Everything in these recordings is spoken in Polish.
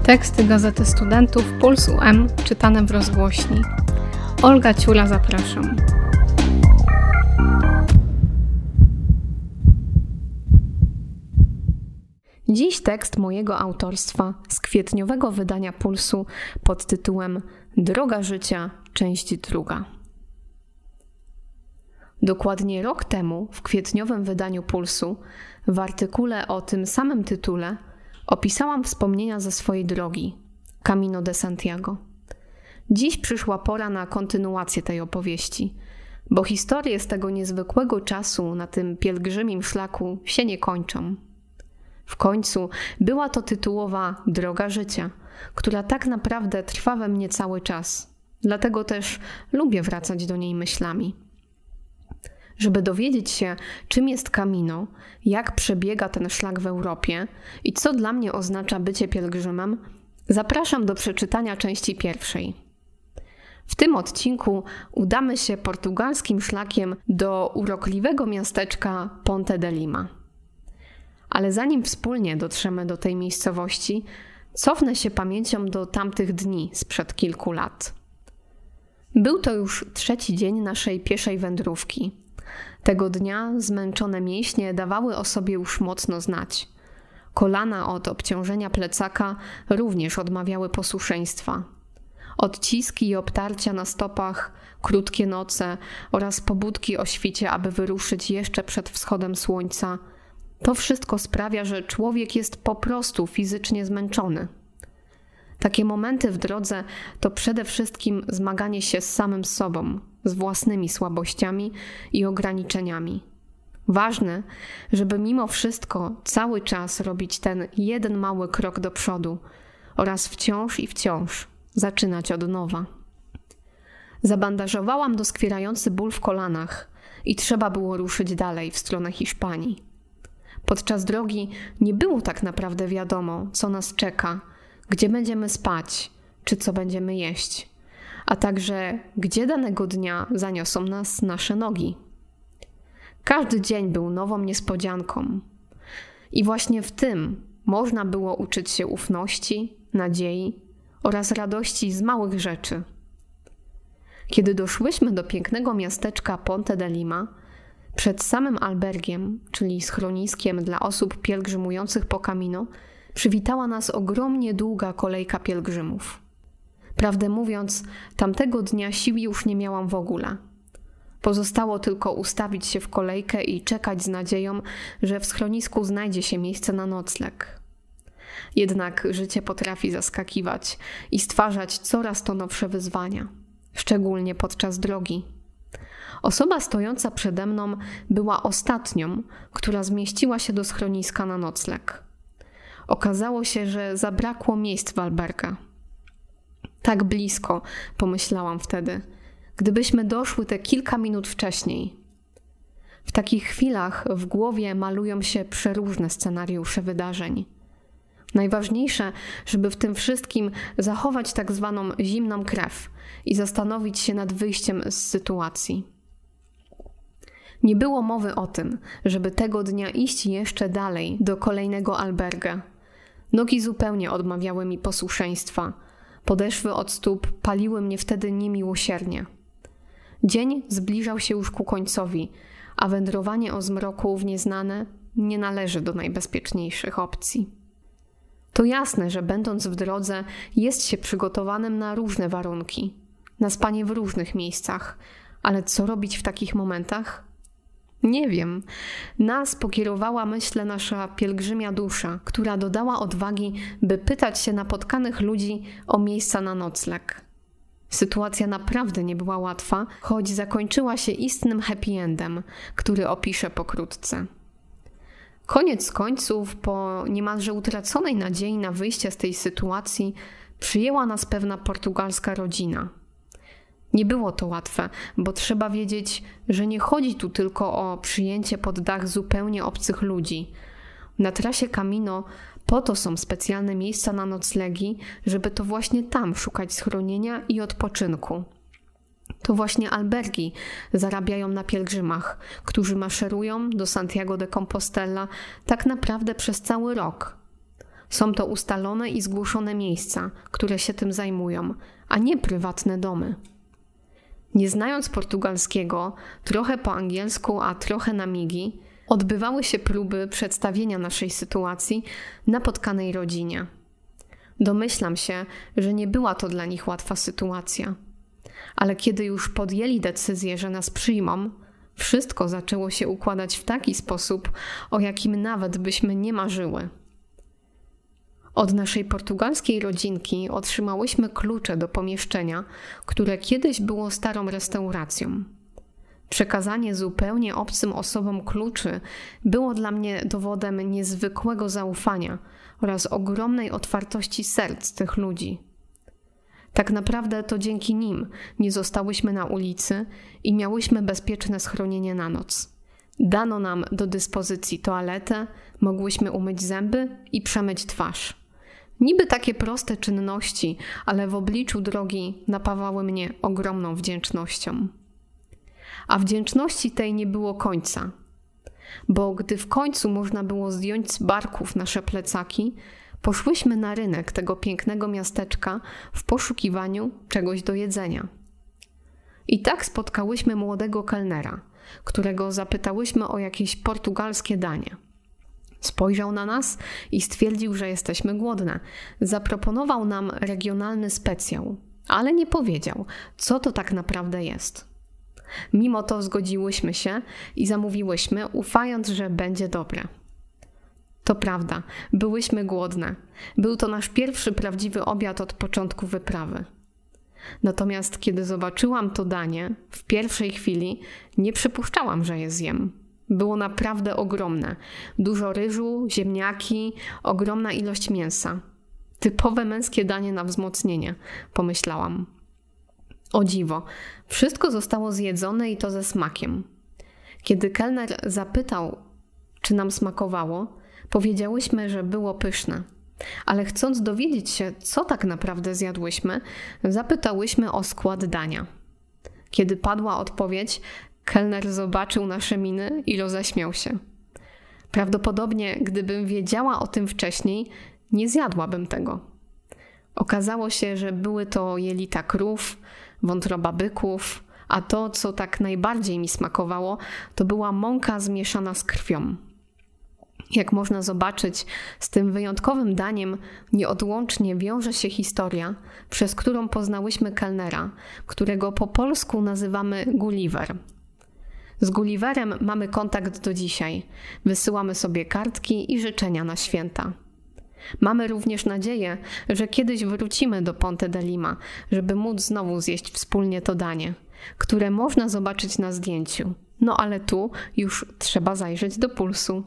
Teksty Gazety Studentów Puls UM czytane w rozgłośni. Olga Ciula, zapraszam. Dziś tekst mojego autorstwa z kwietniowego wydania Pulsu pod tytułem Droga życia, część 2. Dokładnie rok temu, w kwietniowym wydaniu Pulsu, w artykule o tym samym tytule, opisałam wspomnienia ze swojej drogi, Camino de Santiago. Dziś przyszła pora na kontynuację tej opowieści, bo historie z tego niezwykłego czasu na tym pielgrzymim szlaku się nie kończą. W końcu była to tytułowa Droga życia, która tak naprawdę trwa we mnie cały czas. Dlatego też lubię wracać do niej myślami. Żeby dowiedzieć się, czym jest Camino, jak przebiega ten szlak w Europie i co dla mnie oznacza bycie pielgrzymem, zapraszam do przeczytania części 1. W tym odcinku udamy się portugalskim szlakiem do urokliwego miasteczka Ponte de Lima. Ale zanim wspólnie dotrzemy do tej miejscowości, cofnę się pamięcią do tamtych dni sprzed kilku lat. Był to już 3. dzień naszej pieszej wędrówki. Tego dnia zmęczone mięśnie dawały o sobie już mocno znać. Kolana od obciążenia plecaka również odmawiały posłuszeństwa. Odciski i obtarcia na stopach, krótkie noce oraz pobudki o świcie, aby wyruszyć jeszcze przed wschodem słońca. To wszystko sprawia, że człowiek jest po prostu fizycznie zmęczony. Takie momenty w drodze to przede wszystkim zmaganie się z samym sobą, z własnymi słabościami i ograniczeniami. Ważne, żeby mimo wszystko cały czas robić ten jeden mały krok do przodu oraz wciąż i wciąż zaczynać od nowa. Zabandażowałam doskwierający ból w kolanach i trzeba było ruszyć dalej w stronę Hiszpanii. Podczas drogi nie było tak naprawdę wiadomo, co nas czeka, gdzie będziemy spać, czy co będziemy jeść, a także gdzie danego dnia zaniosą nas nasze nogi. Każdy dzień był nową niespodzianką i właśnie w tym można było uczyć się ufności, nadziei oraz radości z małych rzeczy. Kiedy doszłyśmy do pięknego miasteczka Ponte de Lima, przed samym albergiem, czyli schroniskiem dla osób pielgrzymujących po Camino, przywitała nas ogromnie długa kolejka pielgrzymów. Prawdę mówiąc, tamtego dnia sił już nie miałam w ogóle. Pozostało tylko ustawić się w kolejkę i czekać z nadzieją, że w schronisku znajdzie się miejsce na nocleg. Jednak życie potrafi zaskakiwać i stwarzać coraz to nowsze wyzwania, szczególnie podczas drogi. Osoba stojąca przede mną była ostatnią, która zmieściła się do schroniska na nocleg. Okazało się, że zabrakło miejsc w alberga. Tak blisko, pomyślałam wtedy, gdybyśmy doszły te kilka minut wcześniej. W takich chwilach w głowie malują się przeróżne scenariusze wydarzeń. Najważniejsze, żeby w tym wszystkim zachować tak zwaną zimną krew i zastanowić się nad wyjściem z sytuacji. Nie było mowy o tym, żeby tego dnia iść jeszcze dalej do kolejnego alberga. Nogi zupełnie odmawiały mi posłuszeństwa. Podeszwy od stóp paliły mnie wtedy niemiłosiernie. Dzień zbliżał się już ku końcowi, a wędrowanie o zmroku w nieznane nie należy do najbezpieczniejszych opcji. To jasne, że będąc w drodze jest się przygotowanym na różne warunki, na spanie w różnych miejscach, ale co robić w takich momentach? Nie wiem. Nas pokierowała, myślę, nasza pielgrzymia dusza, która dodała odwagi, by pytać się napotkanych ludzi o miejsca na nocleg. Sytuacja naprawdę nie była łatwa, choć zakończyła się istnym happy endem, który opiszę pokrótce. Koniec końców, po niemalże utraconej nadziei na wyjście z tej sytuacji, przyjęła nas pewna portugalska rodzina. Nie było to łatwe, bo trzeba wiedzieć, że nie chodzi tu tylko o przyjęcie pod dach zupełnie obcych ludzi. Na trasie Camino po to są specjalne miejsca na noclegi, żeby to właśnie tam szukać schronienia i odpoczynku. To właśnie albergi zarabiają na pielgrzymach, którzy maszerują do Santiago de Compostela tak naprawdę przez cały rok. Są to ustalone i zgłoszone miejsca, które się tym zajmują, a nie prywatne domy. Nie znając portugalskiego, trochę po angielsku, a trochę na migi, odbywały się próby przedstawienia naszej sytuacji napotkanej rodzinie. Domyślam się, że nie była to dla nich łatwa sytuacja. Ale kiedy już podjęli decyzję, że nas przyjmą, wszystko zaczęło się układać w taki sposób, o jakim nawet byśmy nie marzyły. Od naszej portugalskiej rodzinki otrzymałyśmy klucze do pomieszczenia, które kiedyś było starą restauracją. Przekazanie zupełnie obcym osobom kluczy było dla mnie dowodem niezwykłego zaufania oraz ogromnej otwartości serc tych ludzi. Tak naprawdę to dzięki nim nie zostałyśmy na ulicy i miałyśmy bezpieczne schronienie na noc. Dano nam do dyspozycji toaletę, mogłyśmy umyć zęby i przemyć twarz. Niby takie proste czynności, ale w obliczu drogi napawały mnie ogromną wdzięcznością. A wdzięczności tej nie było końca, bo gdy w końcu można było zdjąć z barków nasze plecaki, poszłyśmy na rynek tego pięknego miasteczka w poszukiwaniu czegoś do jedzenia. I tak spotkałyśmy młodego kelnera, którego zapytałyśmy o jakieś portugalskie danie. Spojrzał na nas i stwierdził, że jesteśmy głodne. Zaproponował nam regionalny specjał, ale nie powiedział, co to tak naprawdę jest. Mimo to zgodziłyśmy się i zamówiłyśmy, ufając, że będzie dobre. To prawda, byłyśmy głodne. Był to nasz pierwszy prawdziwy obiad od początku wyprawy. Natomiast kiedy zobaczyłam to danie, w pierwszej chwili nie przypuszczałam, że je zjem. Było naprawdę ogromne. Dużo ryżu, ziemniaki, ogromna ilość mięsa. Typowe męskie danie na wzmocnienie, pomyślałam. O dziwo, wszystko zostało zjedzone i to ze smakiem. Kiedy kelner zapytał, czy nam smakowało, powiedziałyśmy, że było pyszne. Ale chcąc dowiedzieć się, co tak naprawdę zjadłyśmy, zapytałyśmy o skład dania. Kiedy padła odpowiedź, kelner zobaczył nasze miny i roześmiał się. Prawdopodobnie, gdybym wiedziała o tym wcześniej, nie zjadłabym tego. Okazało się, że były to jelita krów, wątroba byków, a to, co tak najbardziej mi smakowało, to była mąka zmieszana z krwią. Jak można zobaczyć, z tym wyjątkowym daniem nieodłącznie wiąże się historia, przez którą poznałyśmy kelnera, którego po polsku nazywamy Gulliver. Z Gulliverem mamy kontakt do dzisiaj. Wysyłamy sobie kartki i życzenia na święta. Mamy również nadzieję, że kiedyś wrócimy do Ponte de Lima, żeby móc znowu zjeść wspólnie to danie, które można zobaczyć na zdjęciu. No ale tu już trzeba zajrzeć do pulsu.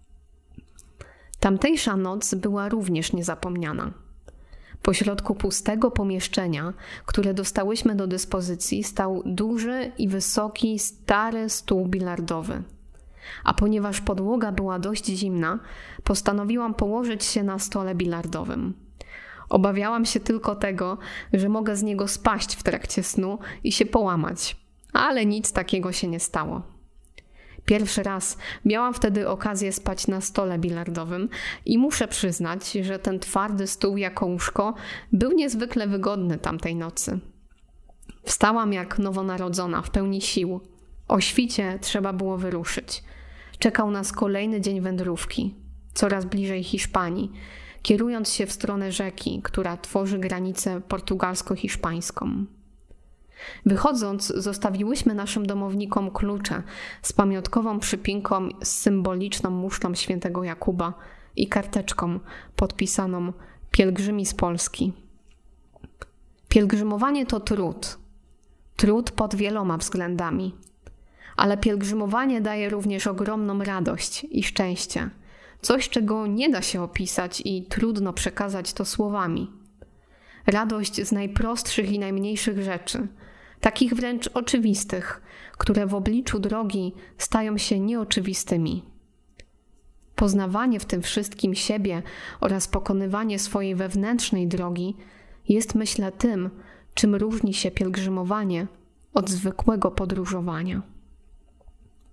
Tamtejsza noc była również niezapomniana. Pośrodku pustego pomieszczenia, które dostałyśmy do dyspozycji, stał duży i wysoki, stary stół bilardowy. A ponieważ podłoga była dość zimna, postanowiłam położyć się na stole bilardowym. Obawiałam się tylko tego, że mogę z niego spaść w trakcie snu i się połamać, ale nic takiego się nie stało. Pierwszy raz miałam wtedy okazję spać na stole bilardowym i muszę przyznać, że ten twardy stół jako łóżko był niezwykle wygodny tamtej nocy. Wstałam jak nowonarodzona, w pełni sił. O świcie trzeba było wyruszyć. Czekał nas kolejny dzień wędrówki, coraz bliżej Hiszpanii, kierując się w stronę rzeki, która tworzy granicę portugalsko-hiszpańską. Wychodząc, zostawiłyśmy naszym domownikom klucze z pamiątkową przypinką z symboliczną muszlą świętego Jakuba i karteczką podpisaną Pielgrzymi z Polski. Pielgrzymowanie to trud. Trud pod wieloma względami. Ale pielgrzymowanie daje również ogromną radość i szczęście. Coś, czego nie da się opisać i trudno przekazać to słowami. Radość z najprostszych i najmniejszych rzeczy, takich wręcz oczywistych, które w obliczu drogi stają się nieoczywistymi. Poznawanie w tym wszystkim siebie oraz pokonywanie swojej wewnętrznej drogi jest, myślę, tym, czym różni się pielgrzymowanie od zwykłego podróżowania.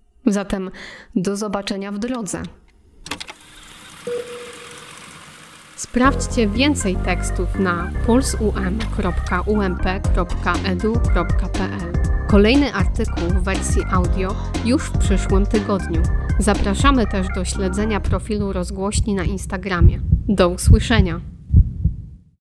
Zatem do zobaczenia w drodze. Sprawdźcie więcej tekstów na pulsum.ump.edu.pl. Kolejny artykuł w wersji audio już w przyszłym tygodniu. Zapraszamy też do śledzenia profilu rozgłośni na Instagramie. Do usłyszenia!